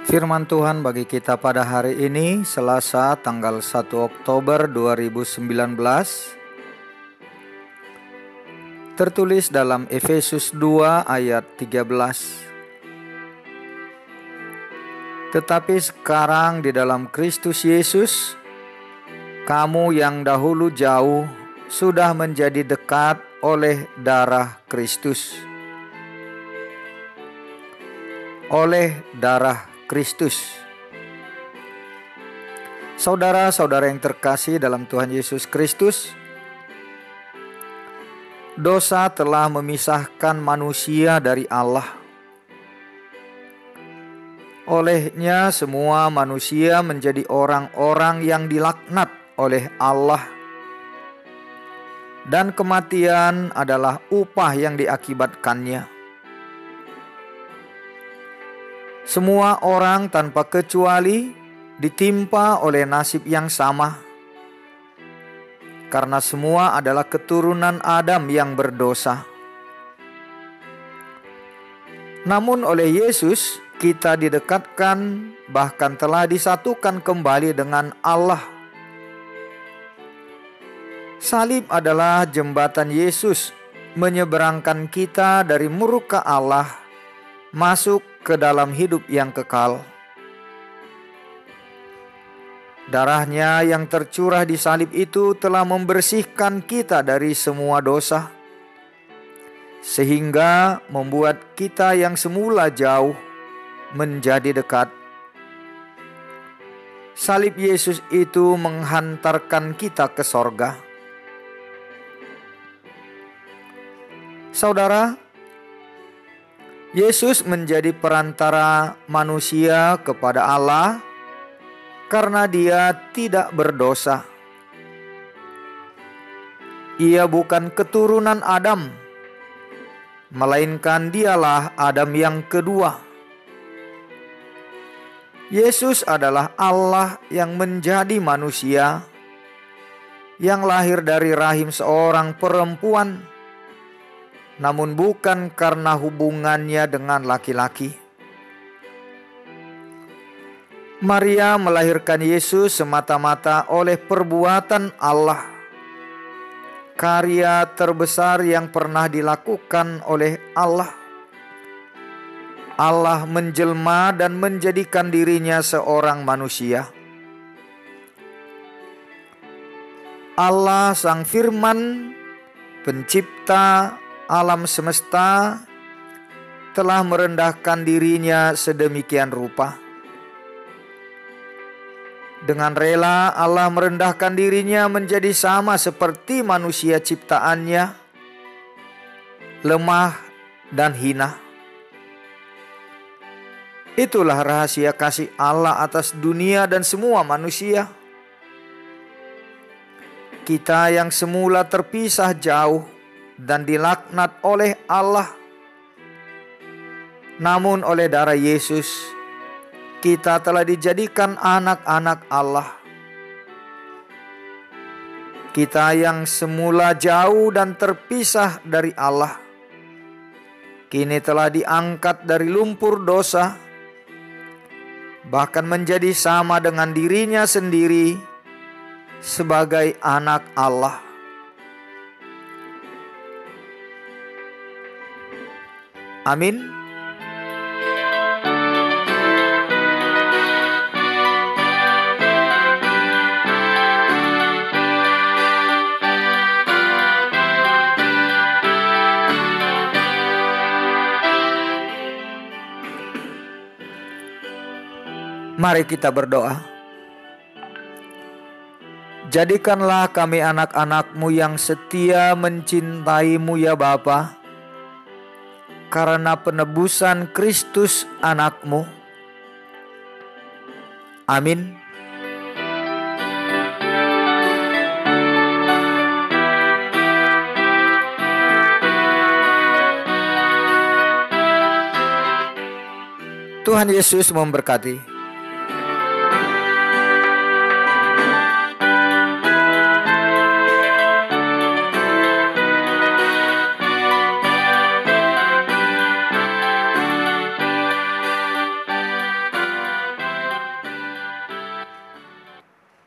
Firman Tuhan bagi kita pada hari ini, Selasa tanggal 1 Oktober 2019, tertulis dalam Efesus 2 ayat 13. Tetapi sekarang di dalam Kristus Yesus, kamu yang dahulu jauh sudah menjadi dekat oleh darah Kristus. Oleh darah Kristus. Saudara-saudara yang terkasih dalam Tuhan Yesus Kristus, dosa telah memisahkan manusia dari Allah. Olehnya semua manusia menjadi orang-orang yang dilaknat oleh Allah, dan kematian adalah upah yang diakibatkannya. Semua orang tanpa kecuali ditimpa oleh nasib yang sama, karena semua adalah keturunan Adam yang berdosa. Namun oleh Yesus kita didekatkan, bahkan telah disatukan kembali dengan Allah. Salib adalah jembatan Yesus menyeberangkan kita dari murka Allah masuk ke dalam hidup yang kekal. Darahnya yang tercurah di salib itu telah membersihkan kita dari semua dosa, sehingga membuat kita yang semula jauh menjadi dekat. Salib Yesus itu menghantarkan kita ke sorga. Saudara, Yesus menjadi perantara manusia kepada Allah karena Dia tidak berdosa. Ia bukan keturunan Adam, melainkan Dialah Adam yang kedua. Yesus adalah Allah yang menjadi manusia, yang lahir dari rahim seorang perempuan, namun bukan karena hubungannya dengan laki-laki. Maria melahirkan Yesus semata-mata oleh perbuatan Allah, karya terbesar yang pernah dilakukan oleh Allah. Allah menjelma dan menjadikan dirinya seorang manusia. Allah Sang Firman, pencipta alam semesta, telah merendahkan dirinya sedemikian rupa. Dengan rela Allah merendahkan dirinya menjadi sama seperti manusia ciptaannya, lemah dan hina. Itulah rahasia kasih Allah atas dunia dan semua manusia. Kita yang semula terpisah jauh dan dilaknat oleh Allah, namun oleh darah Yesus kita telah dijadikan anak-anak Allah. Kita yang semula jauh dan terpisah dari Allah, kini telah diangkat dari lumpur dosa, bahkan menjadi sama dengan dirinya sendiri sebagai anak Allah. Amin. Mari kita berdoa. Jadikanlah kami anak-anak-Mu yang setia mencintai-Mu ya Bapa, karena penebusan Kristus anak-Mu. Amin. Tuhan Yesus memberkati.